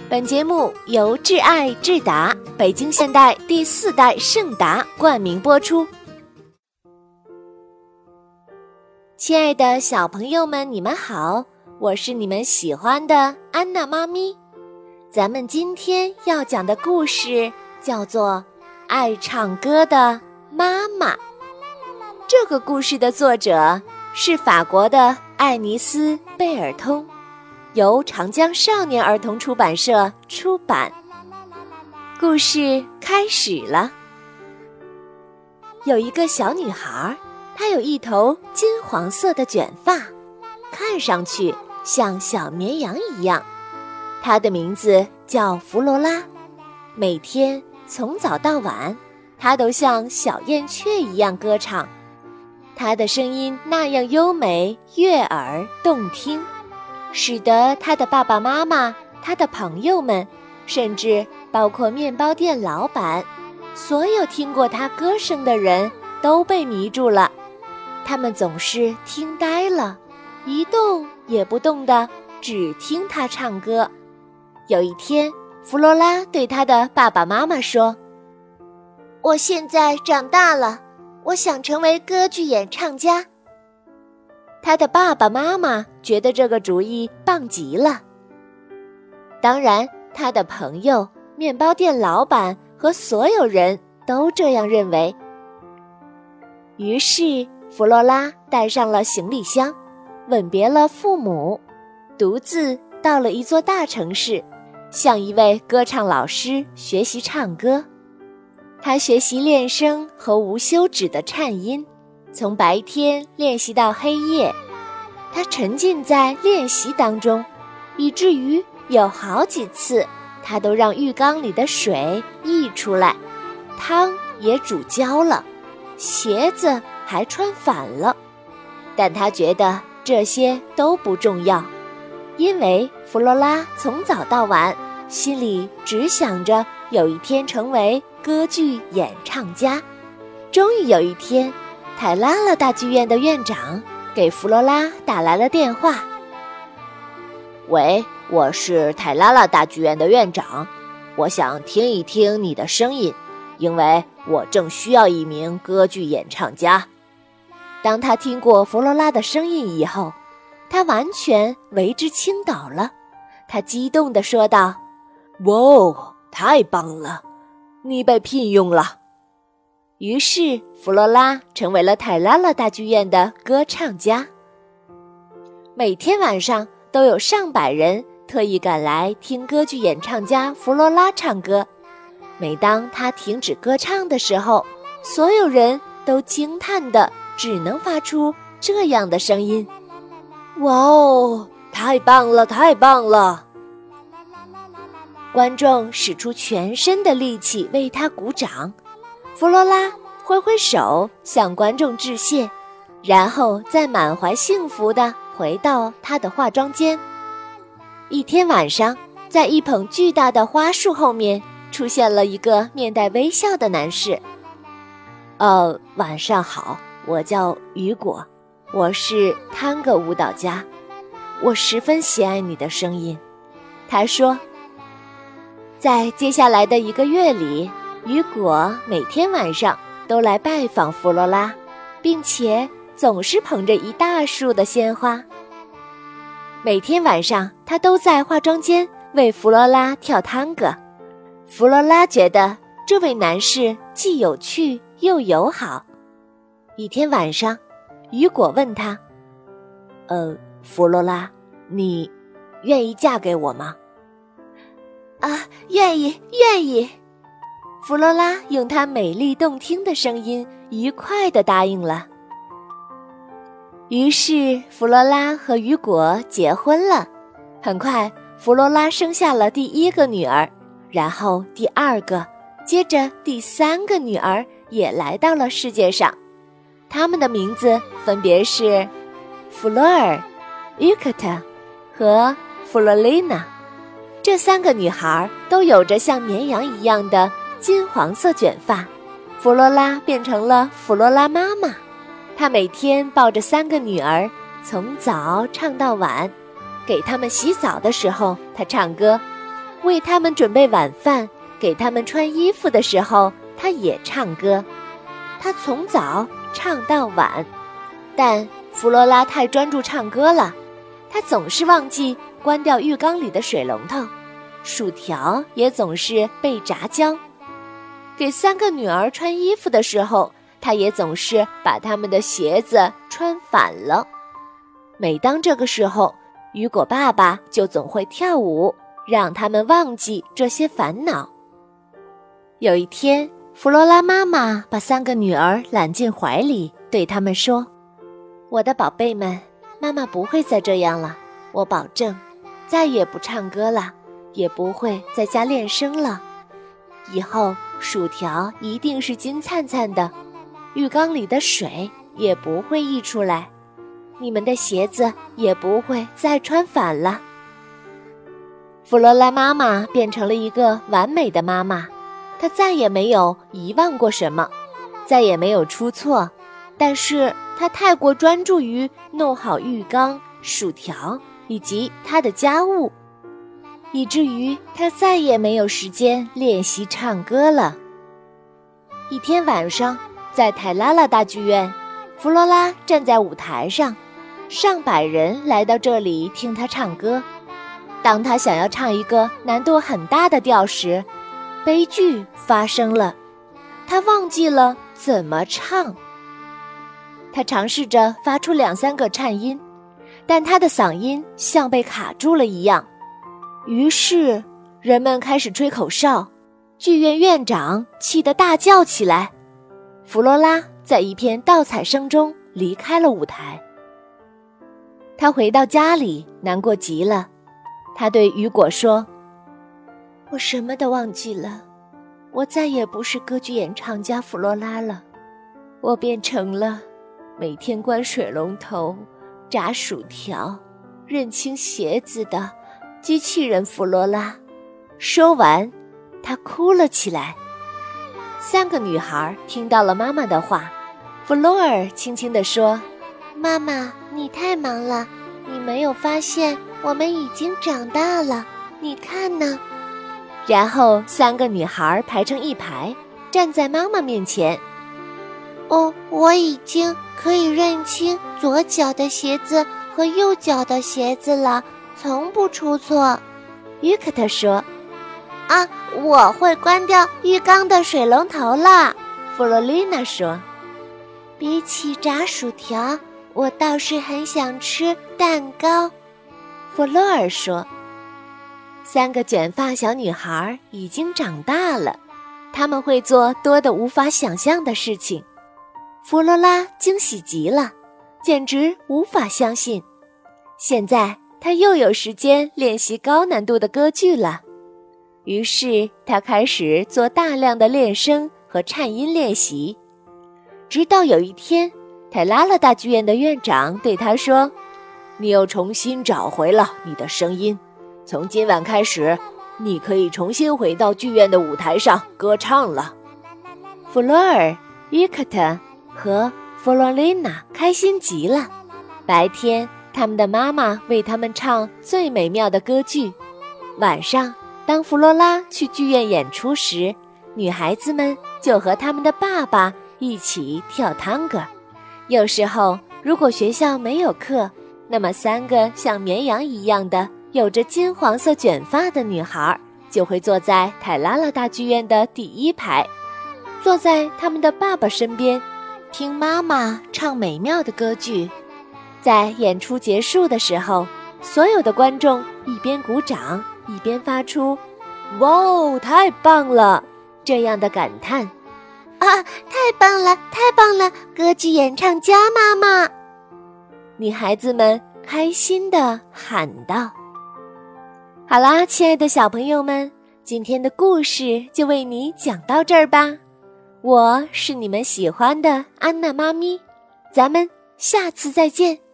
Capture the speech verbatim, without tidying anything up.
本节目由挚爱智达北京现代第四代圣达冠名播出。亲爱的小朋友们，你们好，我是你们喜欢的安娜妈咪。咱们今天要讲的故事叫做《爱唱歌的妈妈》。这个故事的作者是法国的艾尼斯·贝尔通，由长江少年儿童出版社出版。故事开始了。有一个小女孩，她有一头金黄色的卷发，看上去像小绵羊一样。她的名字叫弗罗拉，每天从早到晚，她都像小燕雀一样歌唱。她的声音那样优美、悦耳、动听，使得他的爸爸妈妈、他的朋友们，甚至包括面包店老板，所有听过他歌声的人都被迷住了。他们总是听呆了，一动也不动地只听他唱歌。有一天，弗罗拉对他的爸爸妈妈说：“我现在长大了，我想成为歌剧演唱家。”他的爸爸妈妈觉得这个主意棒极了。当然，他的朋友、面包店老板和所有人都这样认为。于是，弗罗拉带上了行李箱，吻别了父母，独自到了一座大城市，向一位歌唱老师学习唱歌。他学习练声和无休止的颤音，从白天练习到黑夜，他沉浸在练习当中，以至于有好几次他都让浴缸里的水溢出来，汤也煮焦了，鞋子还穿反了。但他觉得这些都不重要，因为弗罗拉从早到晚心里只想着有一天成为歌剧演唱家。终于有一天，泰拉拉大剧院的院长给弗罗拉打来了电话。喂，我是泰拉拉大剧院的院长，我想听一听你的声音，因为我正需要一名歌剧演唱家。当他听过弗罗拉的声音以后，他完全为之倾倒了。他激动地说道：“哇哦，太棒了，你被聘用了。”于是弗罗拉成为了泰拉拉大剧院的歌唱家。每天晚上都有上百人特意赶来听歌剧演唱家弗罗拉唱歌。每当他停止歌唱的时候，所有人都惊叹地只能发出这样的声音：哇哦，太棒了，太棒了！观众使出全身的力气为他鼓掌。弗罗拉挥挥手向观众致谢，然后再满怀幸福地回到她的化妆间。一天晚上，在一捧巨大的花束后面出现了一个面带微笑的男士。呃，晚上好，我叫雨果，我是探戈舞蹈家，我十分喜爱你的声音。他说。在接下来的一个月里，雨果每天晚上都来拜访弗罗拉，并且总是捧着一大束的鲜花。每天晚上，他都在化妆间为弗罗拉跳探戈。弗罗拉觉得这位男士既有趣又友好。一天晚上，雨果问他：“呃，弗罗拉，你愿意嫁给我吗？”啊，愿意，愿意。弗罗拉用她美丽动听的声音愉快地答应了。于是弗罗拉和雨果结婚了。很快，弗罗拉生下了第一个女儿，然后第二个，接着第三个女儿也来到了世界上。她们的名字分别是弗洛尔、于克特和弗罗丽娜。这三个女孩都有着像绵羊一样的金黄色卷发。弗罗拉变成了弗罗拉妈妈，她每天抱着三个女儿，从早唱到晚。给她们洗澡的时候，她唱歌： 为他们准备晚饭，给他们穿衣服的时候，他也唱歌。他从早唱到晚，但弗罗拉太专注唱歌了，她总是忘记关掉浴缸里的水龙头，薯条也总是被炸焦。给三个女儿穿衣服的时候，她也总是把她们的鞋子穿反了。每当这个时候，雨果爸爸就总会跳舞，让他们忘记这些烦恼。有一天，弗罗拉妈妈把三个女儿揽进怀里，对他们说：我的宝贝们，妈妈不会再这样了，我保证，再也不唱歌了，也不会在家练声了。以后薯条一定是金灿灿的，浴缸里的水也不会溢出来，你们的鞋子也不会再穿反了。弗罗拉妈妈变成了一个完美的妈妈，她再也没有遗忘过什么，再也没有出错，但是她太过专注于弄好浴缸、薯条以及她的家务，以至于她再也没有时间练习唱歌了。一天晚上，在泰拉拉大剧院，弗罗拉站在舞台上，上百人来到这里听她唱歌。当她想要唱一个难度很大的调时，悲剧发生了，她忘记了怎么唱。她尝试着发出两三个颤音，但她的嗓音像被卡住了一样。于是人们开始吹口哨，剧院院长气得大叫起来。弗罗拉在一片倒彩声中离开了舞台。她回到家里，难过极了。她对雨果说：我什么都忘记了，我再也不是歌剧演唱家弗罗拉了，我变成了每天关水龙头、炸薯条、认清鞋子的机器人弗罗拉。说完，她哭了起来。三个女孩听到了妈妈的话，弗洛尔轻轻地说：妈妈，你太忙了，你没有发现我们已经长大了，你看呢？然后三个女孩排成一排，站在妈妈面前。哦，我已经可以认清左脚的鞋子和右脚的鞋子了，从不出错。于克特说：啊，我会关掉浴缸的水龙头了。弗洛丽娜说：比起炸薯条，我倒是很想吃蛋糕。弗洛尔说：三个卷发小女孩已经长大了，她们会做多得无法想象的事情。弗罗拉惊喜极了，简直无法相信。现在她又有时间练习高难度的歌剧了。于是她开始做大量的练声和颤音练习。直到有一天，泰拉拉大剧院的院长对她说：你又重新找回了你的声音，从今晚开始，你可以重新回到剧院的舞台上歌唱了。弗洛尔、于克特和弗洛丽娜开心极了。白天，他们的妈妈为他们唱最美妙的歌剧。晚上，当弗罗拉去剧院演出时，女孩子们就和他们的爸爸一起跳探戈。有时候，如果学校没有课，那么三个像绵羊一样的有着金黄色卷发的女孩就会坐在泰拉拉大剧院的第一排，坐在他们的爸爸身边，听妈妈唱美妙的歌剧。在演出结束的时候，所有的观众一边鼓掌一边发出哇哦，太棒了这样的感叹。啊，太棒了太棒了，歌剧演唱家妈妈！女孩子们开心地喊道。好啦，亲爱的小朋友们，今天的故事就为你讲到这儿吧。我是你们喜欢的安娜妈咪，咱们下次再见。